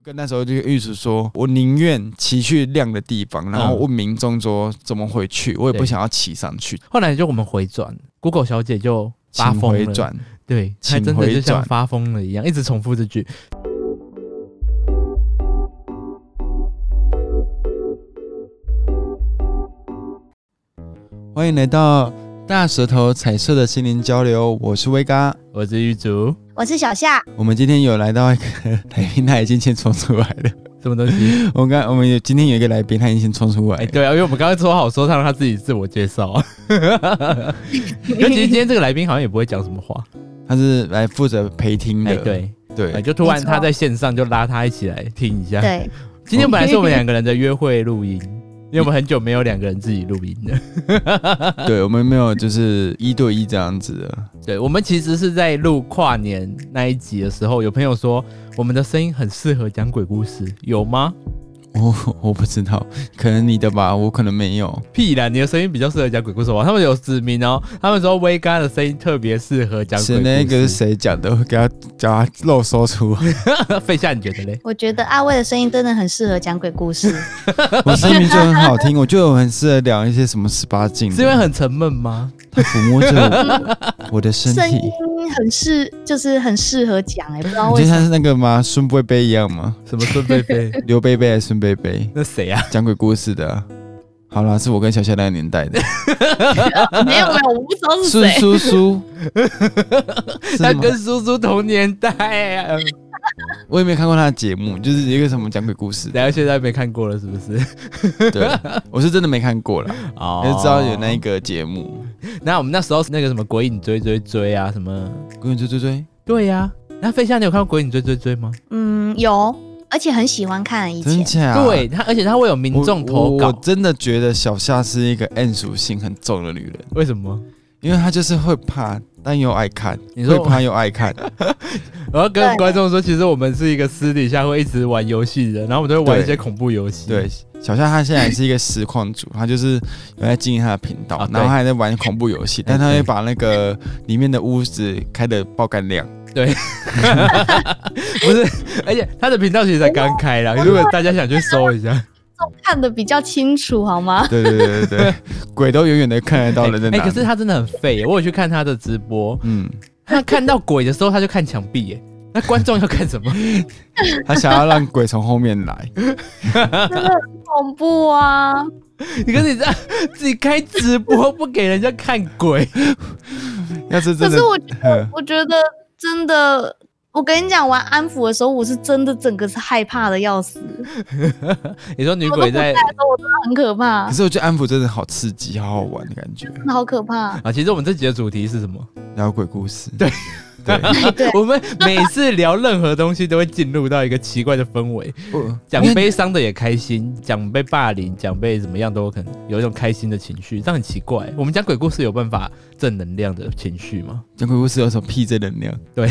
跟那时候就预示说，我宁愿骑去亮的地方，然后问民众说怎么回去，我也不想要骑上去。 后来就我们回转 ，Google 小姐就发疯了， 请回转， 对，她真的就像发疯了一样，一直重复这句。 欢迎来到大舌头彩色的心灵交流，我是威嘎， 我是玉竹， 我是小夏。 我们今天有来到一个来宾，他已经先冲出来了。 什么东西？ 我们今天有一个来宾，他已经先冲出来了。 对啊，因为我们刚刚说好说让他自己自我介绍。尤其是今天这个来宾好像也不会讲什么话， 他是来负责陪听的。对， 就突然他在线上就拉他一起来听一下。 对， 今天本来是我们两个人的约会录音。因为我们很久没有两个人自己录音了。 对，我们没有就是1对1这样子的。 对，我们其实是在录跨年那一集的时候，有朋友说我们的声音很适合讲鬼故事，有吗？ 我不知道，可能你的吧，我可能没有。 屁啦，你的声音比较适合讲鬼故事吧？他们有指明哦，他们说威嘎的声音特别适合讲鬼故事。 是那个是谁讲的？我叫他漏说出来。 费夏，你觉得嘞？ 我觉得阿威的声音真的很适合讲鬼故事。 我声音就很好听，我觉得我很适合聊一些什么18禁。 是因为很沉闷吗？ 他抚摸着我的身体， 声音就是很适合讲不知道为什么。 你就像是那个吗？孙贝贝一样吗？ 什么孙贝贝？ 刘贝贝还是孙贝贝？ 那谁啊？ 讲鬼故事的啊。好啦，是我跟小夏那个年代的。 没有，我不知道是谁。 孙叔叔， 他跟叔叔同年代啊。 我也没看过他的节目，就是一个什么讲鬼故事。 等下现在没看过了是不是？ 对，我是真的没看过了，就知道有那一个节目。 那我们那时候那个什么鬼影追追追啊，什么鬼影追追追， 对呀。那费夏，你有看过鬼影追追追吗？ 有，而且很喜欢看以前。 真假？ 对，而且他会有民众投稿。 我真的觉得小夏是一个 M 属性很重的女人。 为什么？ 因为她就是会怕，但又爱看。 你说会怕又爱看。 我要跟观众说，其实我们是一个私底下会一直玩游戏的，然后我们都会玩一些恐怖游戏。 对，小夏他现在是一个实况主，他就是有在经营他的频道，然后他还在玩恐怖游戏，但他会把那个里面的屋子开得爆干亮。 对，不是，而且他的频道其实才刚开啦，如果大家想去搜一下。 看得比较清楚好吗？ 对，鬼都远远的看得到人在哪。 可是他真的很废耶，我有去看他的直播，他看到鬼的时候他就看墙壁耶，那观众要看什么？ 他想要让鬼从后面来。 真的很恐怖啊！ 你跟你这样自己开直播不给人家看鬼， 要是真的， 可是我觉得真的。我跟你讲，玩安抚的时候，我是真的整个是害怕的要死。 你说女鬼在的时候，我真的很可怕。 可是我觉得安抚真的好刺激，好好玩的感觉， 真的好可怕啊！其实我们这集的主题是什么？ 聊鬼故事。 对，我们每次聊任何东西都会进入到一个奇怪的氛围，讲悲伤的也开心，讲被霸凌，讲被怎么样都有可能有一种开心的情绪，这样很奇怪。我们讲鬼故事有办法正能量的情绪吗？ 讲鬼故事有什么屁正能量？ 对，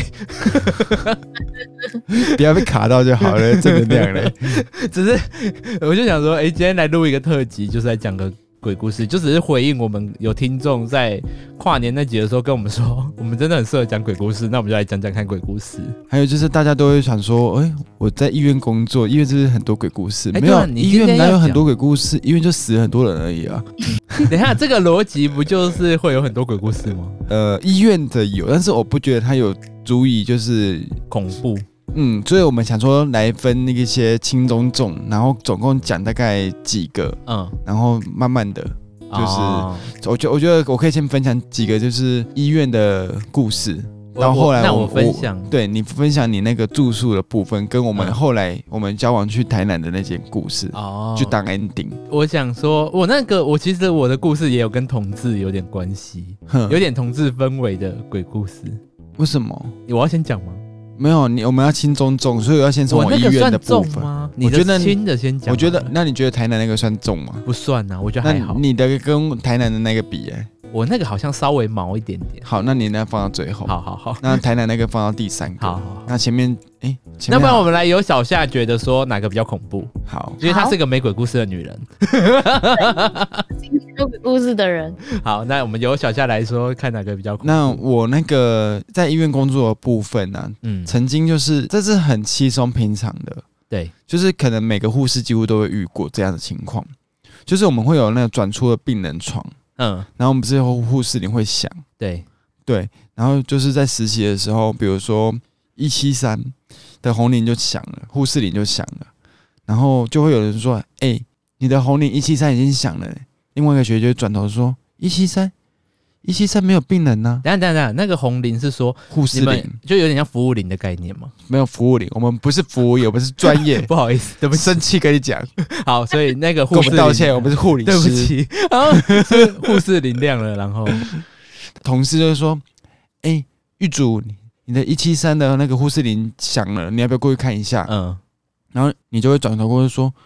不要被卡到就好了，正能量嘞。 只是我就想说，今天来录一个特辑，就是来讲个鬼故事，就只是回应我们有听众在跨年那集的时候跟我们说，我们真的很适合讲鬼故事，那我们就来讲讲看鬼故事。 还有就是大家都会想说，我在医院工作，医院是不是很多鬼故事？没有，医院哪有很多鬼故事？医院就死了很多人而已啊。 等一下，这个逻辑不就是会有很多鬼故事吗？ 医院的有，但是我不觉得它有足以就是恐怖。 所以我们想说来分那些轻中重，然后总共讲大概几个，然后慢慢的，就是我觉得我可以先分享几个就是医院的故事，然后后来我分享，对你分享你那个住宿的部分，跟我们后来我们交往去台南的那件故事，就当 ending。 我想说，我其实我的故事也有跟同志有点关系，有点同志氛围的鬼故事。 为什么？ 我要先讲吗？ 没有，我们要轻中重，所以我要先从我医院的部分。 你的轻的先讲。 我觉得，那你觉得台南那个算重吗？ 不算啊，我觉得还好。 那你的跟台南的那个比， 我那个好像稍微毛一点点。 好，那你那放到最后。 好。 那台南那个放到第3个。 好。 那前面那不然我们来由小夏觉得说哪个比较恐怖？ 好， 因为她是个没鬼故事的女人。 有鬼故事的人。 好，那我们由小夏来说，看哪个比较恐怖。 那我那个在医院工作的部分呢，曾经就是这是很稀松平常的。 对， 就是可能每个护士几乎都会遇过这样的情况，就是我们会有那个转出的病人床，然后我们不是护士铃会响， 对， 然后就是在实习的时候，比如说173的红铃就响了，护士铃就响了，然后就会有人说，你的红铃173已经响了，另外一个学姐就转头说173没有病人啊。 等一下，那个红铃是说护士铃， 就有点像服务铃的概念吗？ 没有服务铃，我们不是服务业，我们是专业。 不好意思，对不起， 生气跟你讲。 好，所以那个护士铃， 跟我们道歉，我们是护理师。 对不起，然后是护士铃亮了，然后同事就说：“狱主，你的173的那个护士铃响了，你要不要过去看一下？”然后你就会转头过去说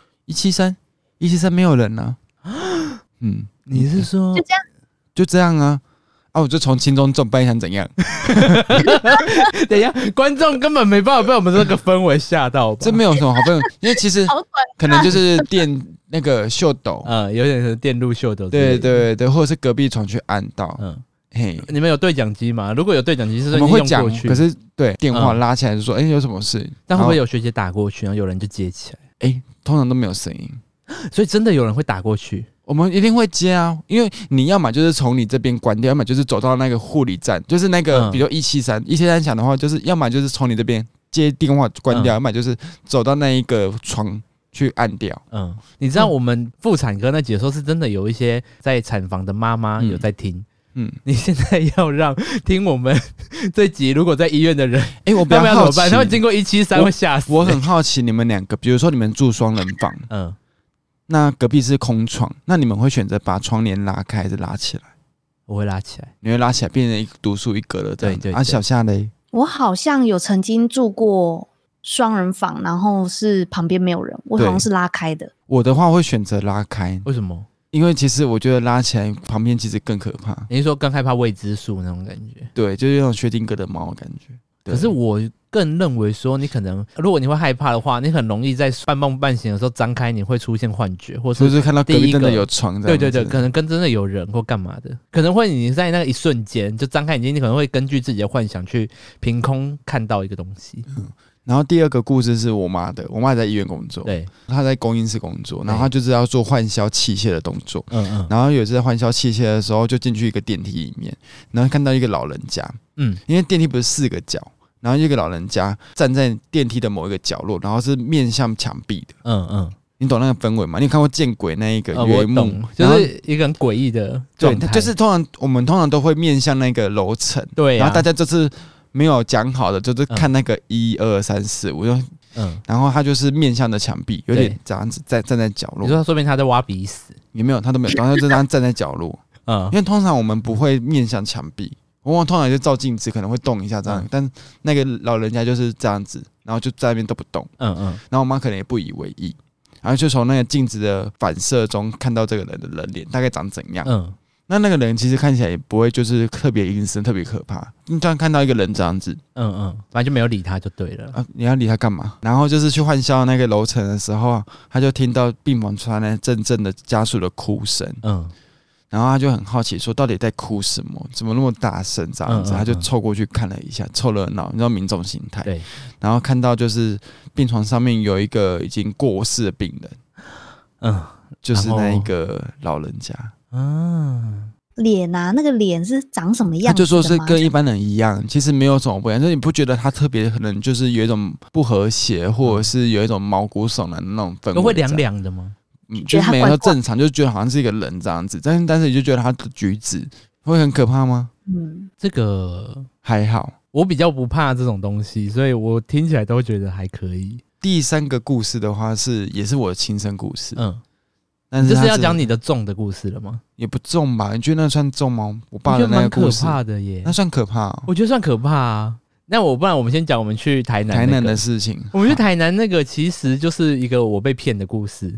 ：“173没有人啊。” 你是说就这样啊？我就从轻中重，不然想怎样？ 等一下，观众根本没办法被我们这个氛围吓到吧？ 这没有什么好氛围，因为其实可能就是电那个秀斗， 有点是电路秀斗， 对，或者是隔壁床去按到， 你们有对讲机吗？如果有对讲机，是我们会讲，可是对电话拉起来就说，有什么事？ 但会不会有学姐打过去，然后有人就接起来？ 通常都没有声音， 所以真的有人会打过去。 我们一定会接啊，因为你要么就是从你这边关掉，要么就是走到那个护理站，就是那个比如173响的话，就是要么就是从你这边接电话关掉，要么就是走到那一个床去按掉。 你知道我们妇产科那集的时候，是真的有一些在产房的妈妈有在听。你现在要让听我们这集，如果在医院的人， 我比较好奇， 他会经过173会吓死。 我很好奇你们两个，比如说你们住双人房，那隔壁是空床，那你们会选择把窗帘拉开还是拉起来？ 我会拉起来。 你会拉起来，变成一独树一格了。 对。 小夏嘞？ 我好像有曾经住过双人房，然后是旁边没有人，我好像是拉开的。 我的话会选择拉开， 为什么？ 因为其实我觉得拉起来旁边其实更可怕。 你是说更害怕未知数那种感觉？ 对，就是那种薛定谔的猫的感觉。 可是我更认为说，你可能如果你会害怕的话，你很容易在半梦半醒的时候张开，你会出现幻觉，或是看到隔壁真的有床这样子。 对，可能跟真的有人或干嘛的，可能会你在那个一瞬间就张开眼睛，你可能会根据自己的幻想去凭空看到一个东西。 然后第二个故事是我妈的，我妈也在医院工作， 对， 她在供应室工作，然后她就是要做换销器械的动作，然后有一次在换销器械的时候，就进去一个电梯里面，然后看到一个老人家，因为电梯不是4个角。然后一个老人家站在电梯的某一个角落，然后是面向墙壁的。你懂那个氛围吗？你有看过见鬼那一个原幕？ 就是一个很诡异的状态， 就是我们通常都会面向那个楼层， 对， 然后大家就是没有讲好的，就是看那个1、2、3、4、5，然后他就是面向的墙壁，有点这样子站在角落。 你说说明他在挖鼻屎？ 也没有，他都没有，然后就这样站在角落。因为通常我们不会面向墙壁。我通常就照镜子，可能会动一下这样，但那个老人家就是这样子，然后就在那边都不动，然后我妈可能也不以为意，然后就从那个镜子的反射中看到这个人的人脸大概长怎样，那个人其实看起来也不会就是特别阴森、特别可怕，你突然看到一个人这样子， 反正就没有理他就对了。 你要理他干嘛？然后就是去换销那个楼层的时候，他就听到病房传来阵阵的家属的哭声，然后他就很好奇，说到底在哭什么？怎么那么大声这样子？他就凑过去看了一下，凑热闹，你知道民众心态。 对。 然后看到就是病床上面有一个已经过世的病人，就是那一个老人家。 脸啊，那个脸是长什么样子的吗？ 他就说是跟一般人一样，其实没有什么不一样，就是你不觉得他特别可能就是有一种不和谐，或者是有一种毛骨悚然的那种氛围？ 会凉凉的吗？ 就是没有说正常，就觉得好像是一个人这样子，但是你就觉得他的举止会很可怕吗？ 这个还好， 我比较不怕这种东西，所以我听起来都觉得还可以。 第3个故事的话也是我的亲身故事，但是这是要讲你的重的故事了吗？ 也不重吧？你觉得那算重吗？我爸的那个故事， 可怕的耶， 那算可怕我觉得算可怕啊。那不然我们先讲我们去台南的事情。 我们去台南那个其实就是一个我被骗的故事，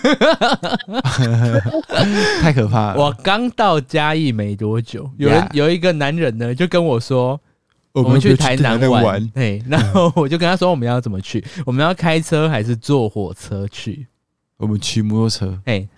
太可怕了。 我刚到嘉义没多久，有一个男人呢就跟我说，我们去台南玩，然后我就跟他说我们要怎么去，我们要开车还是坐火车去？ 我们骑摩托车。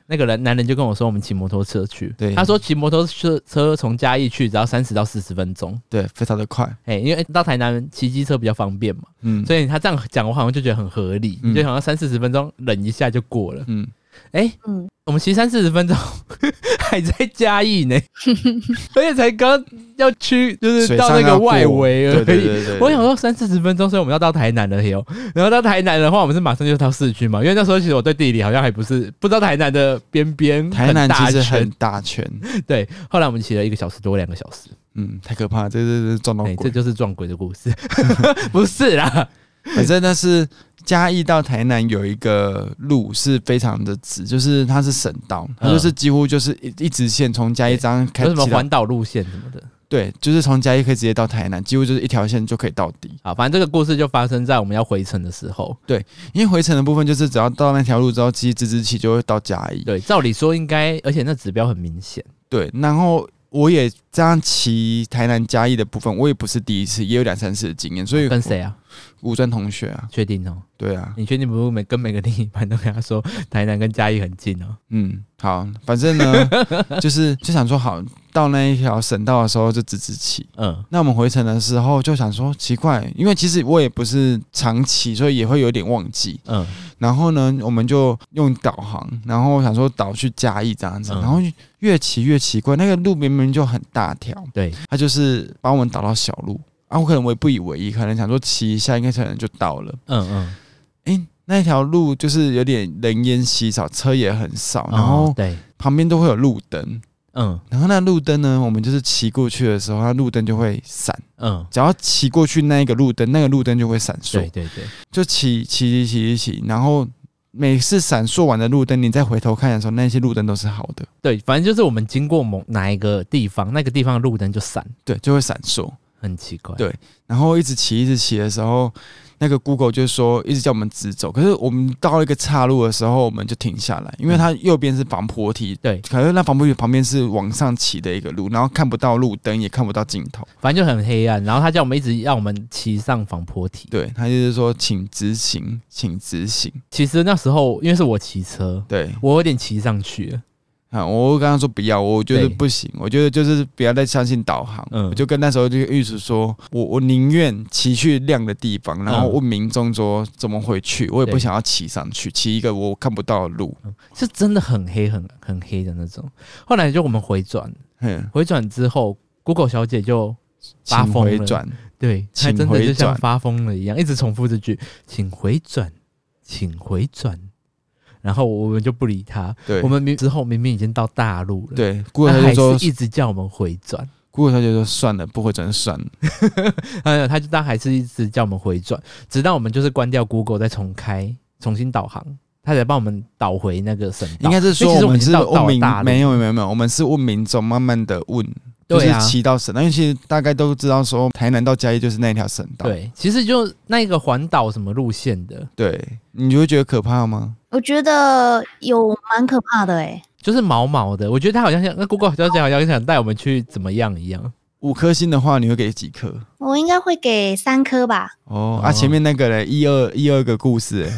那个男人就跟我说我们骑摩托车去， 对， 他说骑摩托车从嘉义去只要30到40分钟， 对，非常的快， 因为到台南骑机车比较方便嘛，所以他这样讲我好像就觉得很合理，你就想要30-40分钟忍一下就过了，我们骑30-40分钟还在嘉义呢，而且才刚要去就是到那个外围而已。对，我想说30-40分钟，所以我们要到台南了哟。然后到台南的话，我们是马上就到市区嘛，因为那时候其实我对地理好像还不知道台南的边边， 台南其实很大圈。 对，后来我们骑了1个小时多2个小时， 太可怕了，这撞到鬼， 这就是撞鬼的故事，不是啦， 反正那是。嘉义到台南有一个路是非常的直，就是它是省道，它就是几乎就是一直线从嘉义这样开， 有什么环岛路线什么的。 对，就是从嘉义可以直接到台南，几乎就是一条线就可以到底。 好，反正这个故事就发生在我们要回程的时候。 对，因为回程的部分就是只要到那条路之后，其实直直骑就会到嘉义。 对，照理说应该，而且那指标很明显。 对，然后我也这样骑台南嘉义的部分，我也不是第一次，也有2-3次的经验。所以跟谁啊？ 吴尊同学啊。 确定哦？ 对啊。 你确定不是跟每个另一半都跟他说台南跟嘉义很近哦？ 好，反正呢，就想说好，到那一条省道的时候就直直骑。那我们回程的时候就想说奇怪，因为其实我也不是常骑，所以也会有点忘记。然后呢，我们就用导航，然后想说导去嘉义这样子，然后越骑越奇怪，那个路明明就很大条， 对， 他就是把我们导到小路啊，我可能我也不以为意，可能想说骑一下应该可能就到了。那条路就是有点人烟稀少，车也很少，然后旁边都会有路灯。然后那路灯呢，我们就是骑过去的时候，那路灯就会闪。只要骑过去那个路灯，那个路灯就会闪烁。对，就骑，然后每次闪烁完的路灯，你再回头看的时候，那些路灯都是好的。 对，反正就是我们经过哪一个地方，那个地方的路灯就闪， 对，就会闪烁， 很奇怪。 对，然后一直骑的时候。那个 Google 就说一直叫我们直走，可是我们到一个岔路的时候，我们就停下来，因为它右边是防坡梯，对，可是那防坡梯旁边是往上骑的一个路，然后看不到路灯，也看不到尽头， 反正就很黑暗。然后他叫我们一直让我们骑上防坡梯， 对，他就是说请直行，请直行。 其实那时候因为是我骑车，对我有点骑上去了。 我刚刚说不要，我觉得不行，我觉得就是不要再相信导航。我就跟那时候就玉楚说，我宁愿骑去亮的地方，然后问民众说怎么回去，我也不想要骑上去，骑一个我看不到的路， 是真的很黑很黑的那种。后来就我们回转之后 ，Google 小姐就发疯了，回转，对，她真的就像发疯了一样，一直重复这句，请回转，请回转。然后我们就不理他，我们之后明明已经到大陆了，对，他还是一直叫我们回转。 Google 他就说算了，不回转就算了。 他还是一直叫我们回转，直到我们就是关掉 Google 再重新导航，他才帮我们导回那个省道。 应该是说我们是问民，没有，我们是问民众，慢慢的问。就是骑到省道，因为其实大概都知道说台南到嘉义就是那条省道。 对，其实就那个环岛什么路线的。 对，你就会觉得可怕吗？ 我觉得有蛮可怕的就是毛毛的。我觉得他好像那 Google 小姐好像想带我们去怎么样一样。 5颗星的话，你会给几颗？ 我应该会给3颗吧。 前面那个嘞，一二个故事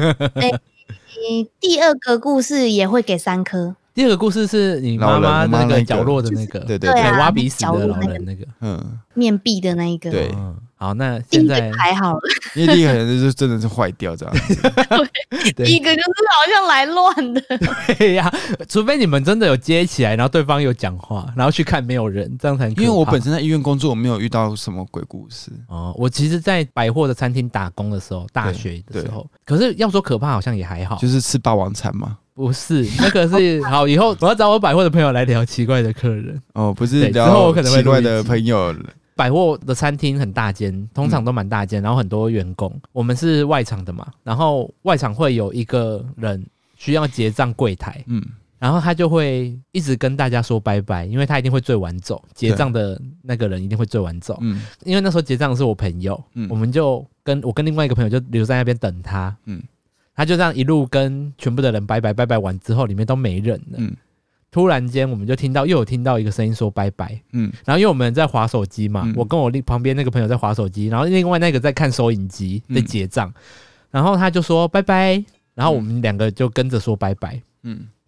第2个故事也会给3颗。 第2个故事是你妈妈那个角落的那个，对，挖鼻屎的老人那个， 面壁的那一个。 对， 好，那现在还好了， 因为第一个就是真的是坏掉这样子。 第一个就是好像来乱的。 对呀，除非你们真的有接起来，然后对方有讲话，然后去看没有人，这样才可怕。 因为我本身在医院工作，我没有遇到什么鬼故事。 我其实，在百货的餐厅打工的时候，大学的时候，可是要说可怕，好像也还好， 就是吃霸王餐嘛。 不是，那个是好，以后我要找我百货的朋友来聊奇怪的客人。 不是聊奇怪的朋友。 百货的餐厅很大间，通常都蛮大间，然后很多员工。我们是外场的嘛，然后外场会有一个人需要结账柜台，然后他就会一直跟大家说拜拜，因为他一定会最晚走，结账的那个人一定会最晚走。因为那时候结账的是我朋友，我们就我跟另外一个朋友就留在那边等他。他就这样一路跟全部的人拜拜，拜拜完之后，里面都没人了。突然间，我们就又有听到一个声音说拜拜。然后因为我们在滑手机嘛，我跟我旁边那个朋友在滑手机，然后另外那个在看收银机在结账，然后他就说拜拜，然后我们2个就跟着说拜拜。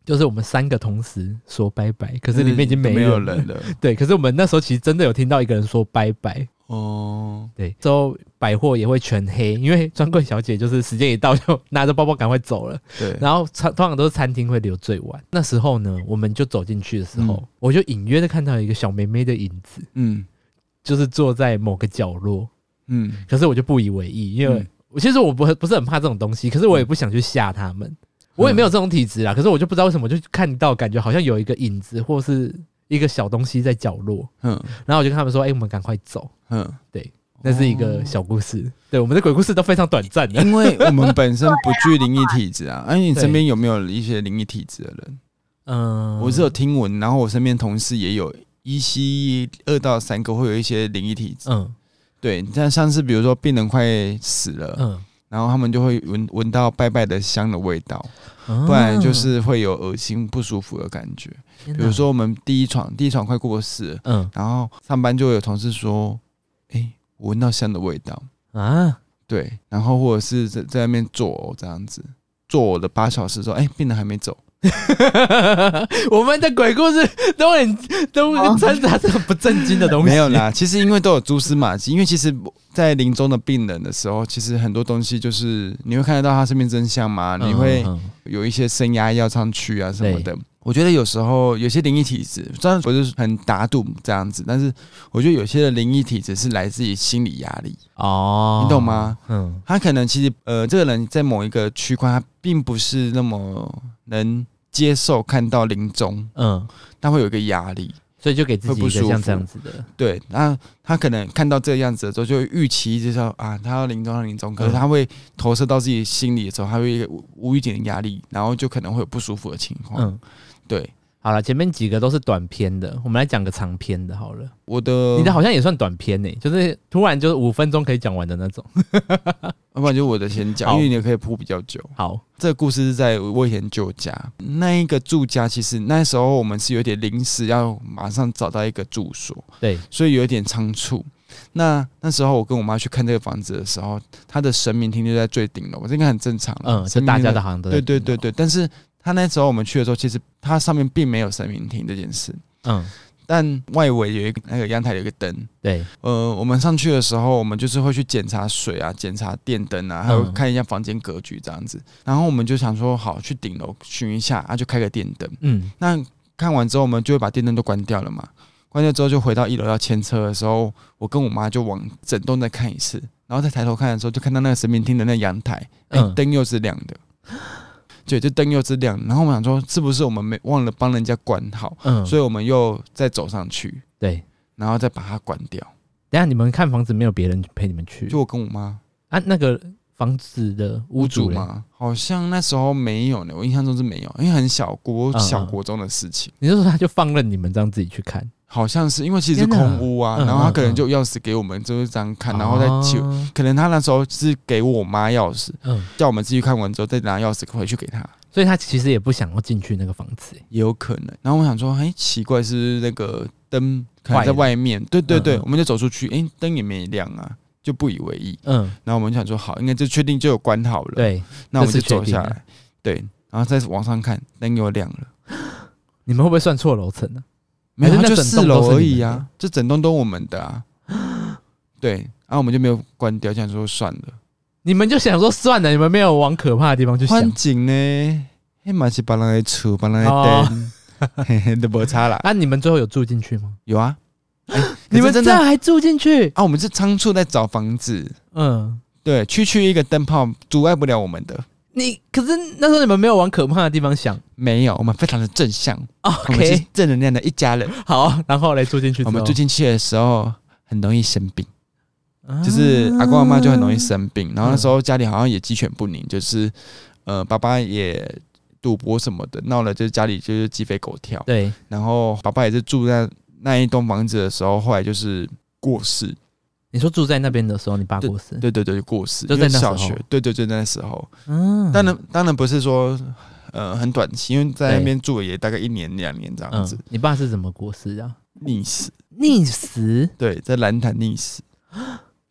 就是我们3个同时说拜拜，可是里面已经没有人了。 对，可是我们那时候其实真的有听到一个人说拜拜。哦，对，之后百货也会全黑，因为专柜小姐就是时间一到就拿着包包赶快走了。对，然后通常都是餐厅会留最晚。那时候呢，我们就走进去的时候，我就隐约的看到一个小妹妹的影子，就是坐在某个角落，可是我就不以为意，因为其实我不是很怕这种东西，可是我也不想去吓他们，我也没有这种体质啦，可是我就不知道为什么就看到感觉好像有一个影子或是一个小东西在角落，然后我就跟他们说，我们赶快走，对，那是一个小故事，对，我们的鬼故事都非常短暂的， 因为我们本身不具灵异体质啊，你身边有没有一些灵异体质的人？我是有听闻，然后我身边同事也有依稀2到3个会有一些灵异体质，对，像是比如说病人快死了，然后他们就会闻到拜拜的香的味道，不然就是会有恶心不舒服的感觉。比如说我们第一床快过世了，然后上班就会有同事说，我闻到香的味道啊，对，然后或者是在那边作呕这样子，作呕的8小时之后，病人还没走。 我们的鬼故事都掺杂这种不正经的东西。 没有啦，其实因为都有蛛丝马迹，因为其实在临终的病人的时候，其实很多东西就是你会看得到他生命真相嘛，你会有一些升压药上去啊什么的。我觉得有时候有些灵异体质，虽然不是很打赌这样子，但是我觉得有些的灵异体质是来自于心理压力哦，你懂吗？他可能其实这个人在某一个区块，他并不是那么能接受看到临终，他会有一个压力， 所以就给自己一个像这样子的， 对，那他可能看到这个样子的时候，就会预期就是说他要临终，可是他会投射到自己心里的时候，他会有一个无预警的压力，然后就可能会有不舒服的情况，对。 好了，前面几个都是短篇的，我们来讲个长篇的好了。你的好像也算短篇欸，就是突然就是5分钟可以讲完的那种。 要不然就我的先讲，因为你可以铺比较久。 好， 这个故事是在我以前旧家，那一个住家，其实那时候我们是有点临时要马上找到一个住所，对，所以有一点仓促。那时候我跟我妈去看这个房子的时候，它的神明厅就在最顶楼，这应该很正常。 就大家的好像都在对，但是他那时候我们去的时候，其实它上面并没有神明厅这件事。但外围有一个那个阳台有一个灯。对，我们上去的时候，我们就是会去检查水啊，检查电灯啊，还有看一下房间格局这样子。然后我们就想说，好，去顶楼巡一下，就开个电灯。那看完之后，我们就会把电灯都关掉了嘛。关掉之后，就回到1楼要牵车的时候，我跟我妈就往整栋再看一次，然后再抬头看的时候，就看到那个神明厅的那阳台，灯又是亮的。对，就灯又是亮，然后我们想说，是不是我们忘了帮人家关好，所以我们又再走上去，对，然后再把它关掉。 等一下你们看房子没有别人陪你们去？ 就我跟我妈啊，那个房子的屋主吗？好像那时候没有呢，我印象中是没有，因为很小国中的事情。 你就说他就放任你们这样自己去看？ 好像是因为其实是空屋啊，然后他可能就钥匙给我们，就是这样看，然后再可能他那时候是给我妈钥匙，叫我们自己看完之后再拿钥匙回去给他， 所以他其实也不想要进去那个房子， 也有可能。然后我想说，奇怪，是那个灯可能在外面，对，我们就走出去，灯也没亮啊，就不以为意，然后我们就想说，好，应该就确定就有关好了，对，那我们就走下来，对，然后再往上看，灯又亮了。 你们会不会算错楼层呢？ 没有，就4楼而已啊，这整栋都我们的啊。对，然后我们就没有关掉，想说算了。 你们就想说算了，你们没有往可怕的地方去想。 环境呢，那嘛是别人的厝，别人的灯，都没差啦。 那你们最后有住进去吗？ 有啊。 你们这样还住进去啊？我们是仓促在找房子，对，区一个灯泡阻碍不了我们的。 可是那时候你们没有往可怕的地方想？ 没有，我们非常的正向，我们是正能量的一家人。 好，然后来住进去。 我们住进去的时候很容易生病，就是阿公阿妈就很容易生病，然后那时候家里好像也鸡犬不宁，就是爸爸也赌博什么的，闹了就是家里就是鸡飞狗跳。对，然后爸爸也是住在那一栋房子的时候，后来就是过世。 你说住在那边的时候，你爸过世？ 对，过世， 就在那小学，对，就那时候。当然不是说很短期，因为在那边住了也大概1年2年这样子。 你爸是怎么过世啊？ 溺死？ 溺死？ 对，在蓝潭溺死。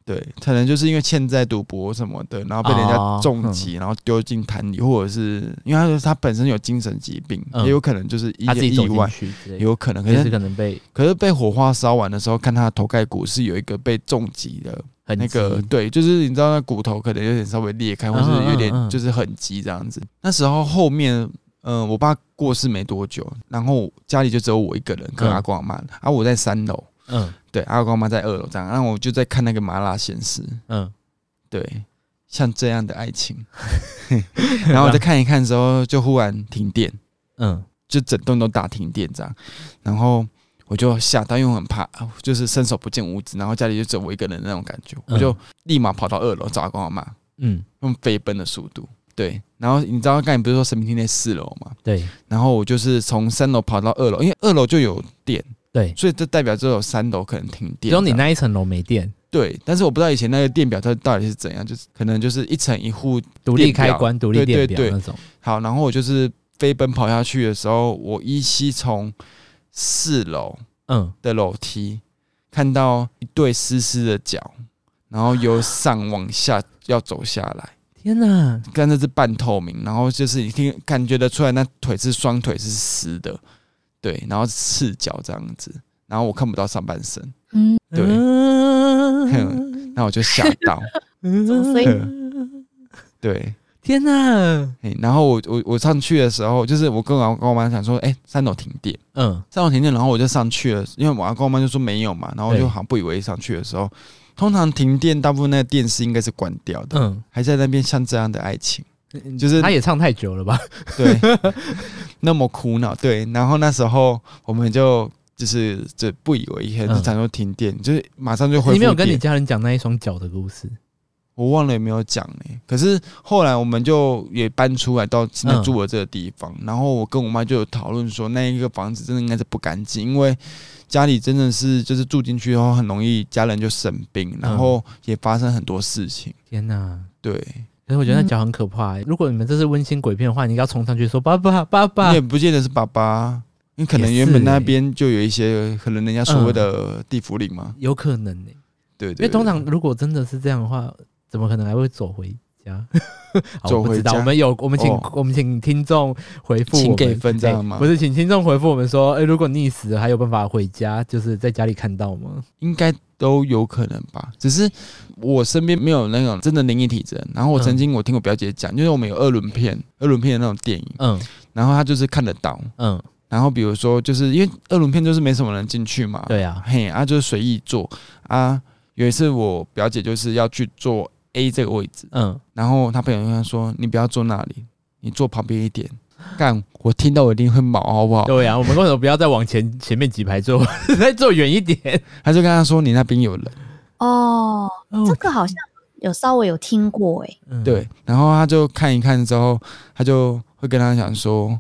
对，可能就是因为欠债赌博什么的，然后被人家重击，然后丢进潭里，或者是因为他本身有精神疾病，也有可能就是一些意外，也有可能，可是被火化烧完的时候，看他的头盖骨是有一个被重击的那个，对，就是你知道那骨头可能有点稍微裂开，或是有点就是痕迹这样子。那时候后面，我爸过世没多久，然后家里就只有我一个人跟阿公阿嬷，我在3楼。对，阿公阿嬷在2楼这样，然后我就在看那个麻辣鲜师，对，像这样的爱情，然后我再看一看之后，就忽然停电，就整栋都大停电这样，然后我就吓到，因为我很怕，就是伸手不见五指，然后家里就只有我一个人的那种感觉，我就立马跑到2楼找阿公阿嬷，用飞奔的速度，对，然后你知道刚才不是说神明厅在4楼吗？对，然后我就是从3楼跑到2楼，因为2楼就有电。对，所以这代表只有3楼可能停电，只有你那一层楼没电。 对，但是我不知道以前那个电表它到底是怎样，就是可能就是一层一户独立开关、独立电表那种。 好，然后我就是飞奔跑下去的时候，我依稀从4楼的楼梯看到一对湿湿的脚，然后由上往下要走下来。 天哪！ 跟那是半透明，然后就是你感觉得出来，那腿是双腿是湿的。对，然后赤脚这样子，然后我看不到上半身，对，那我就吓到，对， 天哪！ 然后我上去的时候，就是我跟我妈讲说，3楼停电，3楼停电，然后我就上去了，因为我跟我妈就说没有嘛，然后我就好像不以为意上去的时候，通常停电大部分那个电视应该是关掉的，还在那边像这样的爱情。就是他也唱太久了吧？ 对，那么苦恼。对，然后那时候我们就不以为意，就想说停电，就是马上就恢复电。 你没有跟你家人讲那一双脚的故事？ 我忘了有没有讲呢？可是后来我们就也搬出来到现在住的这个地方，然后我跟我妈就有讨论说，那一个房子真的应该是不干净，因为家里真的是就是住进去后很容易家人就生病，然后也发生很多事情。 天哪， 对。 可是我觉得那脚很可怕如果你们这是温馨鬼片的话，你应该冲上去说爸爸爸爸。 你也不见得是爸爸，因为可能原本那边就有一些可能人家所谓的地府灵嘛， 有可能对， 因为通常如果真的是这样的话，怎么可能还会走回家？ 走回家， 我们请听众回复我们， 请给分这样吗？ 不是，请听众回复我们说，如果溺死了还有办法回家，就是在家里看到吗？ 应该都有可能吧，只是我身边没有那种真的灵异体质。然后我曾经我听我表姐讲，就是我们有2轮片的那种电影，然后他就是看得到，然后比如说就是因为2轮片就是没什么人进去嘛， 对啊， 就是随意坐啊。有一次我表姐就是要去坐 A 这个位置，然后他朋友跟他说：“你不要坐那里，你坐旁边一点。”干，我听到我一定会毛，好不好？ 对啊，我们为什么不要再往前面几排坐，再坐远一点？ 他就跟他说：“你那边有人。” 这个好像有稍微有听过对，然后他就看一看之后，他就会跟他讲说：“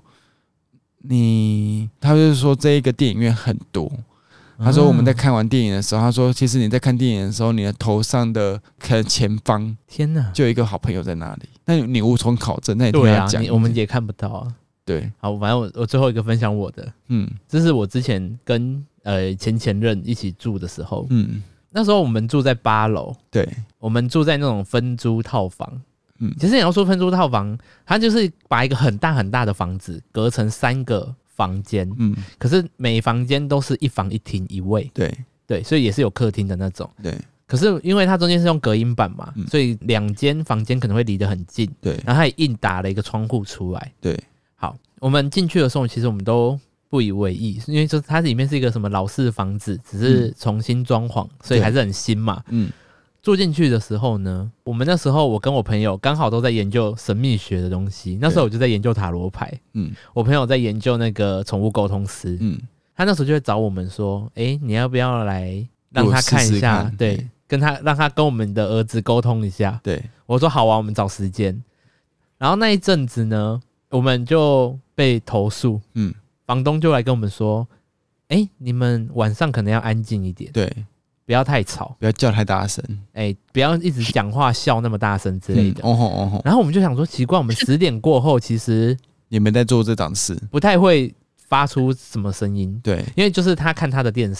他就是说这一个电影院很多。”他说我们在看完电影的时候，他说其实你在看电影的时候，你的头上的可能前方， 天哪， 就有一个好朋友在那里，那你无从考证。那你听他讲， 我们也看不到啊。 对， 好，反正我最后一个分享我的，这是我之前跟前任一起住的时候，那时候我们住在8楼，对，我们住在那种分租套房。其实你要说分租套房，它就是把一个很大很大的房子隔成3个房间，可是每房间都是1房1厅1卫，对，所以也是有客厅的那种，对。可是因为它中间是用隔音板嘛，所以2间房间可能会离得很近，对。然后它也硬打了一个窗户出来，对。好，我们进去的时候，其实我们都不以为意，因为就是它里面是一个什么老式房子，只是重新装潢，所以还是很新嘛，住进去的时候呢，我们那时候我跟我朋友刚好都在研究神秘学的东西，那时候我就在研究塔罗牌，我朋友在研究那个宠物沟通师，他那时候就会找我们说，你要不要来让他看一下，对，让他跟我们的儿子沟通一下，对，我说好啊，我们找时间。然后那一阵子呢，我们就被投诉，房东就来跟我们说，你们晚上可能要安静一点，对。不要太吵， 不要叫太大声， 不要一直讲话笑那么大声之类的。然后我们就想说，奇怪，我们10点过后其实也没在做这档事， 不太会发出什么声音。对，因为就是他看他的电视，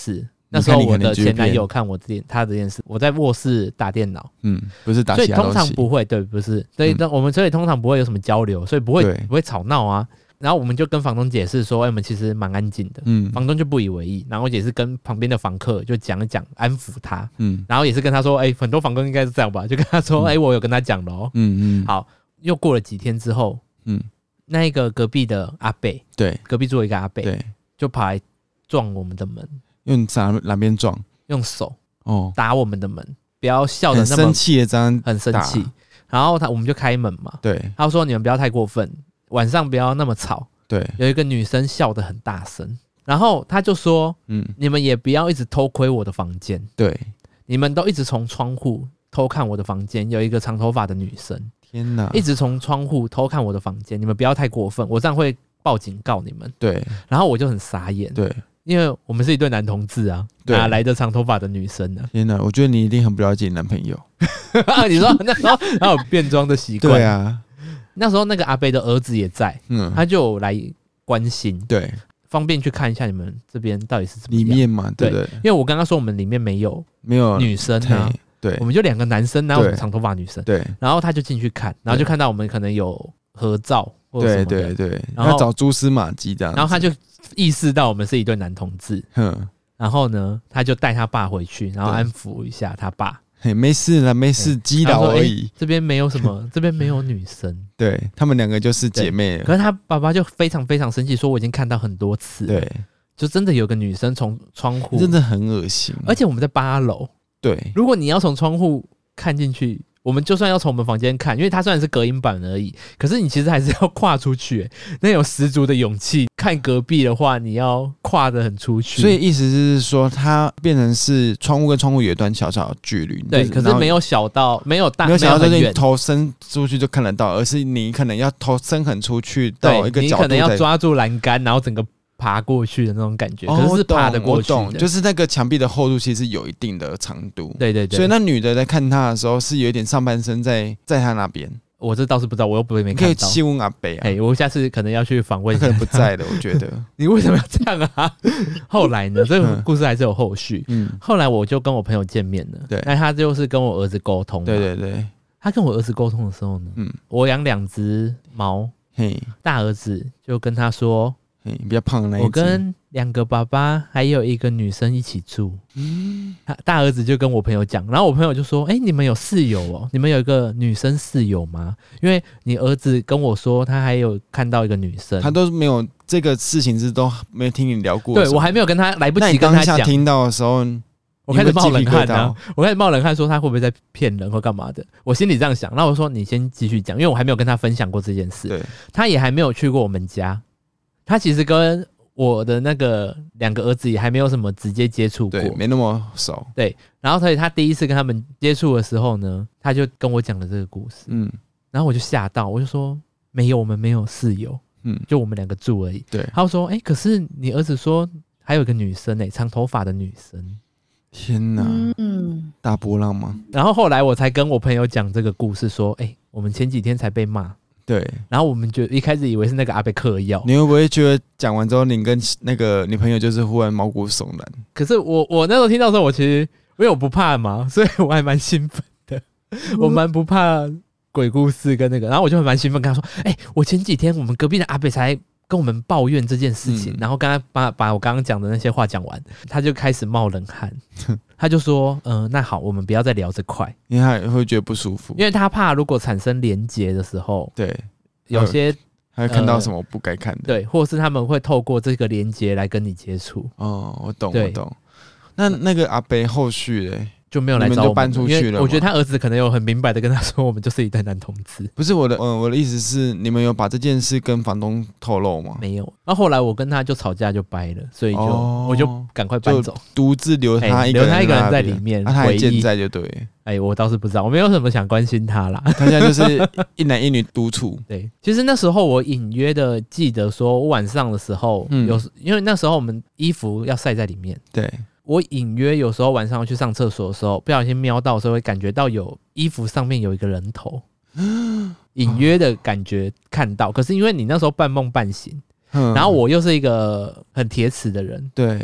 那时候我的前男友看他的电视，我在卧室打电脑， 不是打其他东西， 所以通常不会，对，不是，所以我们通常不会有什么交流，所以不会吵闹啊。然后我们就跟房东解释说，我们其实蛮安静的，房东就不以为意，然后也是跟旁边的房客就讲一讲，安抚他，然后也是跟他说，很多房东应该是这样吧，就跟他说，我有跟他讲了哦，好，又过了几天之后，那一个隔壁的阿伯，对，隔壁住一个阿伯，对，就跑来撞我们的门。 用哪边撞？ 用手打我们的门，不要笑得那么很生气的这样， 很生气。然后我们就开门嘛，对，他说你们不要太过分，晚上不要那么吵。对，有一个女生笑得很大声，然后他就说，你们也不要一直偷窥我的房间。对，你们都一直从窗户偷看我的房间，有一个长头发的女生，天哪，一直从窗户偷看我的房间，你们不要太过分，我这样会报警告你们。对，然后我就很傻眼。对。因为我们是一对男同志啊，哪来的长头发的女生呢？ 天哪，我觉得你一定很不了解你男朋友。 你说那时候他有变装的习惯？ 对啊， 那时候那个阿伯的儿子也在，他就来关心，对，方便去看一下你们这边到底是怎么样里面嘛，对不对？ 因为我刚刚说我们里面没有女生啊，对，我们就2个男生，然后我们长头发女生，对，然后他就进去看，然后就看到我们可能有合照或者什么的，对， 然后找蛛丝马迹这样， 然后他就意识到我们是一对男同志，然后呢，他就带他爸回去，然后安抚一下他爸。 没事啦，没事，击倒而已。 这边没有什么，这边没有女生。 对，他们2个就是姐妹了。 可是他爸爸就非常非常生气，说我已经看到很多次了。对，就真的有个女生从窗户， 真的很恶心。 而且我们在8楼。对，如果你要从窗户看进去。我们就算要从我们房间看，因为它虽然是隔音板而已，可是你其实还是要跨出去，那有十足的勇气。看隔壁的话，你要跨得很出去。 所以意思是说，它变成是窗户跟窗户有一段小小的距离。 对，可是没有小到没有大，没有小到你头伸出去就看得到，而是你可能要头伸很出去到一个角度， 你可能要抓住栏杆，然后整个爬过去的那种感觉，可是是爬得过去的。 就是那个墙壁的厚度其实有一定的长度。 对对对， 所以那女的在看他的时候是有一点上半身在他那边。 我这倒是不知道，我又不会没看到。 可以气问阿北啊， 我下次可能要去访问一下。 他可能不在的，我觉得。 你为什么要这样啊？后来呢，这个故事还是有后续。后来我就跟我朋友见面了，对，那他就是跟我儿子沟通。对对对，他跟我儿子沟通的时候呢，我养2只猫，大儿子就跟他说。 比较胖的那一只， 我跟2个爸爸还有一个女生一起住。大儿子就跟我朋友讲，然后我朋友就说：“你们有室友哦？你们有一个女生室友吗？因为你儿子跟我说他还有看到一个女生， 他都没有这个事情是都没有听你聊过。 对我还没有跟他来不及跟他讲。 听到的时候， 我开始冒冷汗啊！我开始冒冷汗，说他会不会在骗人或干嘛的？我心里这样想。然后我说你先继续讲，因为我还没有跟他分享过这件事。对，他也还没有去过我们家。”他其实跟我的那个2个儿子也还没有什么直接接触过， 对，没那么熟。 对，然后所以他第一次跟他们接触的时候呢，他就跟我讲了这个故事。然后我就吓到，我就说没有，我们没有室友，就我们2个住而已。对，他就说可是你儿子说还有一个女生长头发的女生。 天哪，大波浪吗？ 然后后来我才跟我朋友讲这个故事，说我们前几天才被骂。对，然后我们就一开始以为是那个阿伯嗑药。 你会不会觉得讲完之后，你跟那个女朋友就是忽然毛骨悚然？ 可是我那时候听到的时候，我其实因为我不怕嘛，所以我还蛮兴奋的。我蛮不怕鬼故事跟那个，然后我就蛮兴奋跟他说：“我前几天我们隔壁的阿伯才跟我们抱怨这件事情，然后刚才把我刚刚讲的那些话讲完，他就开始冒冷汗。他就说：那好，我们不要再聊这块， 因为他会觉得不舒服， 因为他怕如果产生连结的时候，对，有些他会看到什么不该看的， 对，或者是他们会透过这个连结来跟你接触。 哦，我懂，我懂。那个阿伯后续嘞？ 就没有来找我们， 就搬出去了。 我觉得他儿子可能有很明白的跟他说，我们就是一对男同志。 不是我的意思是，你们有把这件事跟房东透露吗？ 没有。那后来我跟他就吵架就掰了，所以我就赶快搬走， 独自留他一个人在里面， 他还健在就对。 我倒是不知道，我没有什么想关心他啦。 他现在就是一男一女独处。 对，其实那时候我隐约的记得说，我晚上的时候因为那时候我们衣服要晒在里面。对。我隐约有时候晚上去上厕所的时候，不小心瞄到的时候，会感觉到有衣服上面有一个人头，隐约的感觉看到。可是因为你那时候半梦半醒，然后我又是一个很铁齿的人，对，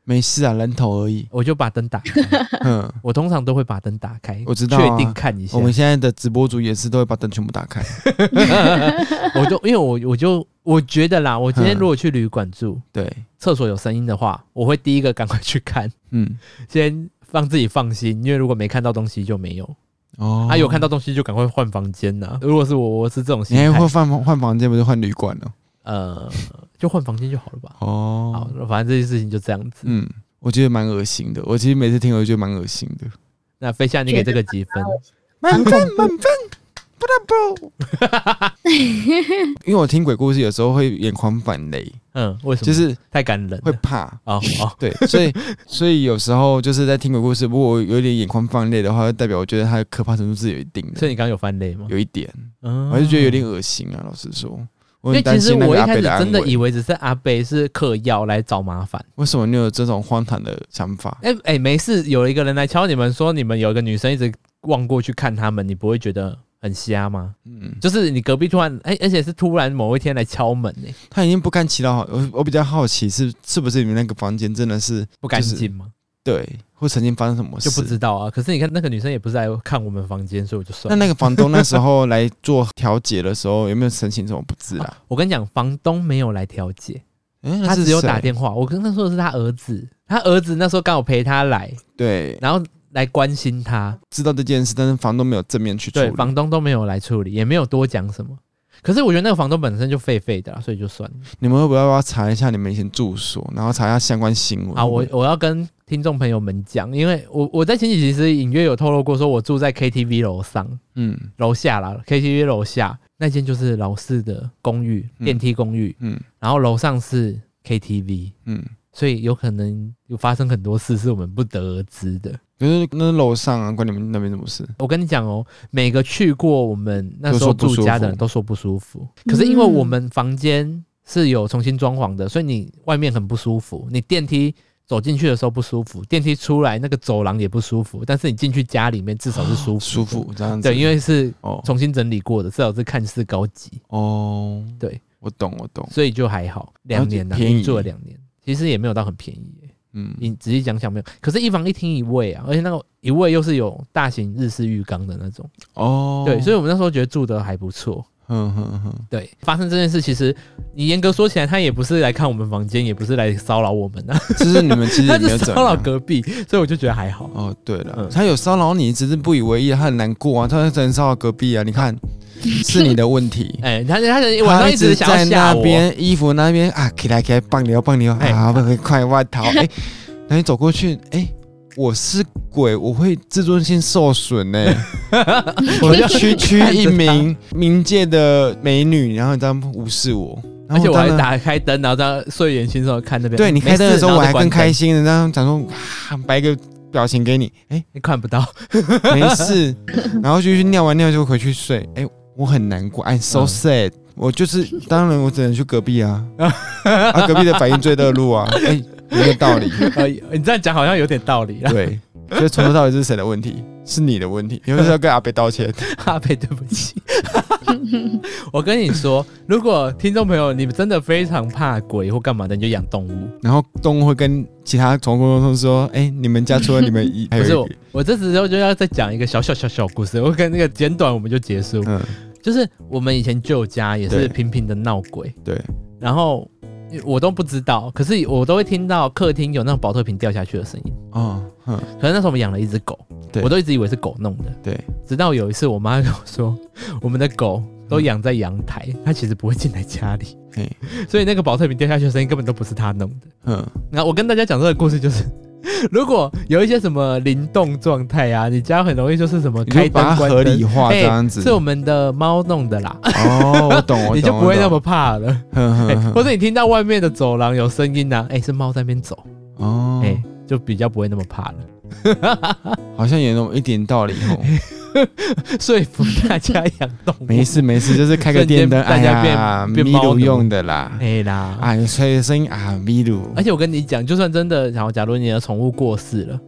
没事啊，人头而已。 我就把灯打开。我通常都会把灯打开， 我知道、 确定看一下。 我们现在的直播主也是都会把灯全部打开。 因为我觉得啦，我今天如果去旅馆住， 对， 厕所有声音的话，我会第一个赶快去看，先让自己放心，因为如果没看到东西就没有。有看到东西就赶快换房间呐。如果是我是这种心态， 你还会换房间，不是换旅馆哦？ 就换房间就好了吧。好，反正这件事情就这样子。 我觉得蛮恶心的。我其实每次听我就觉得蛮恶心的。 那飞夏，你给这个几分？ 满分，不。因为我听鬼故事有时候会眼眶泛泪。 为什么？ 就是太感人了， 会怕。对，所以有时候就是在听鬼故事，如果我有点眼眶泛泪的话，代表我觉得它的可怕程度是有一定的。 所以你刚刚有泛泪吗？ 有一点，我就觉得有点恶心啊。老实说。 因为其实我一开始真的以为只是阿伯是嗑药来找麻烦。 为什么你有这种荒唐的想法？ 没事，有一个人来敲你们说你们有一个女生一直望过去看他们，你不会觉得很瞎吗？就是你隔壁突然而且是突然某一天来敲门呢。 他已经不堪其扰。我比较好奇是不是你们那个房间真的是不干净吗？ 对，或曾经发生什么事就不知道啊。可是你看那个女生也不是来看我们房间，所以我就算了。 那个房东那时候来做调解的时候，有没有申请什么不知啊？ 我跟你讲，房东没有来调解，他只有打电话。我跟他说的是他儿子，他儿子那时候刚好陪他来， 对， 然后来关心他， 知道这件事，但是房东没有正面去处理， 对，房东都没有来处理，也没有多讲什么。可是我觉得那个房东本身就废废的啦，所以就算了。 你们会不会要查一下你们以前住所，然后查一下相关新闻？ 我要跟听众朋友们讲，因为我在前几集其实隐约有透露过，说我住在 KTV 楼上，楼下啦 ，KTV 楼下那间就是老式的公寓，电梯公寓，然后楼上是 KTV，所以有可能有发生很多事是我们不得而知的。 可是那楼上啊，关你们那边什么事？ 我跟你讲哦，每个去过我们那时候住家的人都说不舒服。可是因为我们房间是有重新装潢的，所以你外面很不舒服，你电梯走进去的时候不舒服，电梯出来那个走廊也不舒服，但是你进去家里面至少是舒服舒服这样子。 对，因为是重新整理过的，至少是看似高级。对， 我懂， 所以就还好，2年了，住了2年，其实也没有到很便宜。你仔细想想没有？可是一房一厅一卫啊，而且那个一卫又是有大型日式浴缸的那种。对，所以我们那时候觉得住的还不错。对，发生这件事，其实你严格说起来，他也不是来看我们房间，也不是来骚扰我们啊。 就是你们其实他是骚扰隔壁，所以我就觉得还好。 对了，他有骚扰你，只是不以为意，他很难过啊，他只能骚扰隔壁啊。你看，是你的问题。 他晚上一直想要吓我， 那边衣服那边啊，起来棒流啊，快外逃！那你走过去，我是鬼，我会自尊心受损呢。我区一名冥界的美女，然后你这样无视我， 而且我还打开灯，然后这样睡眼惺忪看那边。 对，你开灯的时候，我还更开心的，这样讲说摆个表情给你， 你看不到， 没事，然后就去尿完尿就回去睡。我很难过 ，I'm so sad。我就是，当然我只能去隔壁啊，隔壁的反应最热络啊，有点道理。 你这样讲好像有点道理啦。 对，所以从头到尾是谁的问题？是你的问题，你就是要跟阿北道歉。 阿北，对不起。我跟你说，如果听众朋友你们真的非常怕鬼或干嘛的，你就养动物。 然后动物会跟其他宠物沟通说：“你们家除了你们还有一个。”不是， 我这时候就要再讲一个小故事。我跟那个简短我们就结束。就是我们以前旧家也是频频的闹鬼。对。然后我都不知道，可是我都会听到客厅有那种保特瓶掉下去的声音。可能那时候我们养了一只狗，我都一直以为是狗弄的。对。直到有一次我妈跟我说，我们的狗都养在阳台，它其实不会进来家里。所以那个保特瓶掉下去的声音根本都不是它弄的。那我跟大家讲这个故事就是。如果有一些什么灵动状态啊，你家很容易就是什么开灯关灯， 合理化这样子， 是我们的猫弄的啦。 我懂， 你就不会那么怕了。或者你听到外面的走廊有声音啊，是猫在那边走，就比较不会那么怕了。 好像有那么一点道理哦。 说服大家养动物， 没事，就是开个电灯， 大家变咪噜用的啦， 啦， 吹声音咪噜。 而且我跟你讲，就算真的，然后假如你的宠物过世了，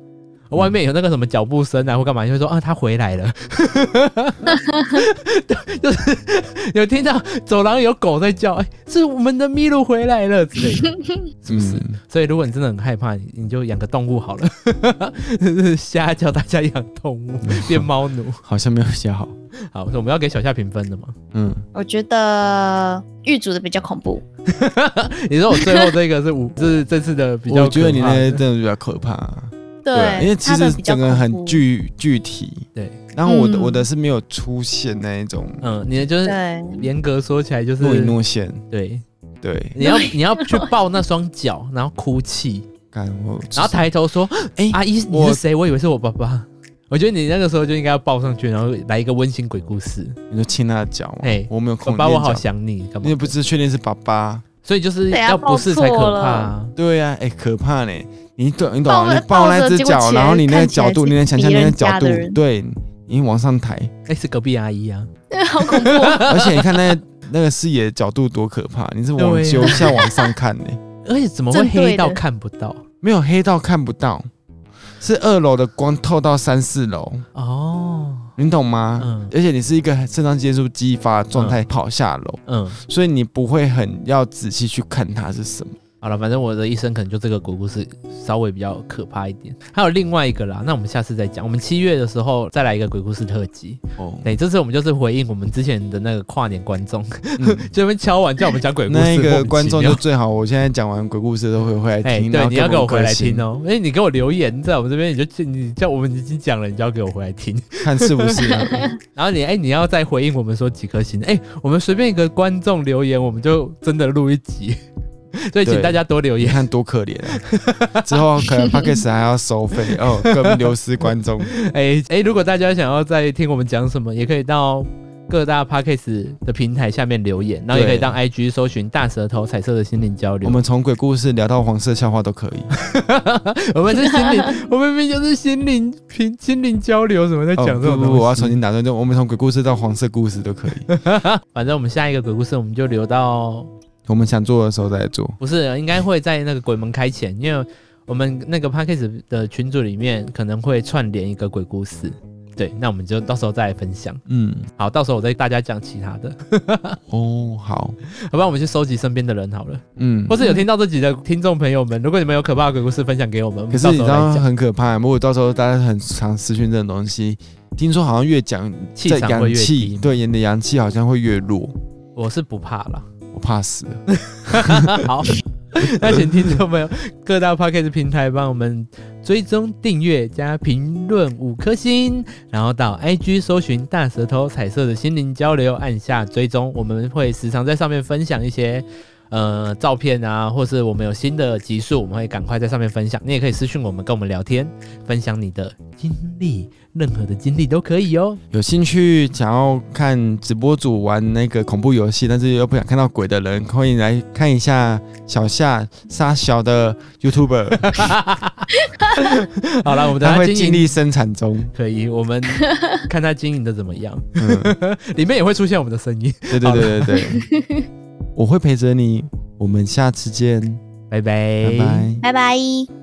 外面有那个什么脚步声啊或干嘛，就会说啊他回来了。就是有听到走廊有狗在叫，是我们的麋鹿回来了之类的，是不是？所以如果你真的很害怕，你就养个动物好了。瞎叫大家养动物，变猫奴， 好像没有写好。 好，我们要给小夏评分的吗？ 我觉得狱主的比较恐怖。 你说我最后这个是这次的比较可怕的， 我觉得你那个真的比较可怕。 对， 因为其实整个很具体。 对， 然后我的是没有出现那一种。 你的就是严格说起来就是若隐若现。 对，你要去抱那双脚，然后哭泣，然后抬头说：“阿姨你是谁？我以为是我爸爸。”我觉得你那个时候就应该要抱上去，然后来一个温馨鬼故事。 你就亲他的脚嘛？我没有空。 爸爸，我好想你，干嘛？ 你也不是确定是爸爸， 所以就是要不是才可怕啊。 对呀，可怕呢。你懂？你抱那只脚，然后你那个角度，你能想象那个角度？对，你往上抬。 是隔壁阿姨啊。 好恐怖。 而且你看那个视野角度多可怕，你是由下往上看呢。 而且怎么会黑到看不到？ 没有黑到看不到。是2楼的光透到3、4楼哦，你懂吗？而且你是一个肾上腺素激发的状态跑下楼，所以你不会很要仔细去看它是什么。 好了，反正我的一生可能就这个鬼故事稍微比较可怕一点。还有另外一个啦，那我们下次再讲。我们7月的时候再来一个鬼故事特辑。对，这次我们就是回应我们之前的那个跨年观众，就那边敲完叫我们讲鬼故事。 那个观众就最好，我现在讲完鬼故事都会回来听。 对，你要给我回来听哦。你给我留言在我们这边，你叫我们已经讲了，你就要给我回来听， 看是不是？ 然后你要再回应我们说几颗星。我们随便一个观众留言，我们就真的录一集。所以请大家多留言， 你看多可怜啊！之后可能 Podcast 还要收费更流失观众。 如果大家想要再听我们讲什么，也可以到各大 Podcast 的平台下面留言，然后也可以到 IG 搜寻大舌头彩色的心灵交流。 我们从鬼故事聊到黄色笑话都可以。 我们是心灵，我们明明就是心灵交流，怎么在讲这种东西？ 我要重新打断，我们从鬼故事到黄色故事都可以。 反正我们下一个鬼故事我们就留到我们想做的时候再做。 不是，应该会在那个鬼门开前，因为我们那个 Podcast 的群组里面可能会串联一个鬼故事。对，那我们就到时候再来分享。好，到时候我再大家讲其他的。 好， 要不然我们去收集身边的人好了。或是有听到这集的听众朋友们，如果你们有可怕的鬼故事分享给我们， 可是你知道很可怕，如果到时候大家很常私讯这种东西，听说好像越讲气场会越低， 对，你的阳气好像会越弱。 我是不怕啦， 我怕死了。 好。那请听众朋友各大 Podcast 平台帮我们追踪订阅加评论5颗星，然后到 IG 搜寻大舌头彩色的心灵交流，按下追踪。我们会时常在上面分享一些照片啊，或是我们有新的集数，我们会赶快在上面分享。你也可以私讯我们，跟我们聊天，分享你的经历，任何的经历都可以哦。 有兴趣想要看直播主玩那个恐怖游戏，但是又不想看到鬼的人，欢迎来看一下小夏杀小的 YouTuber。 好了，我们他会尽力生产中， 可以，我们看他经营的怎么样。里面也会出现我们的声音。 对。我会陪着你，我们下次见， 拜拜， 拜拜。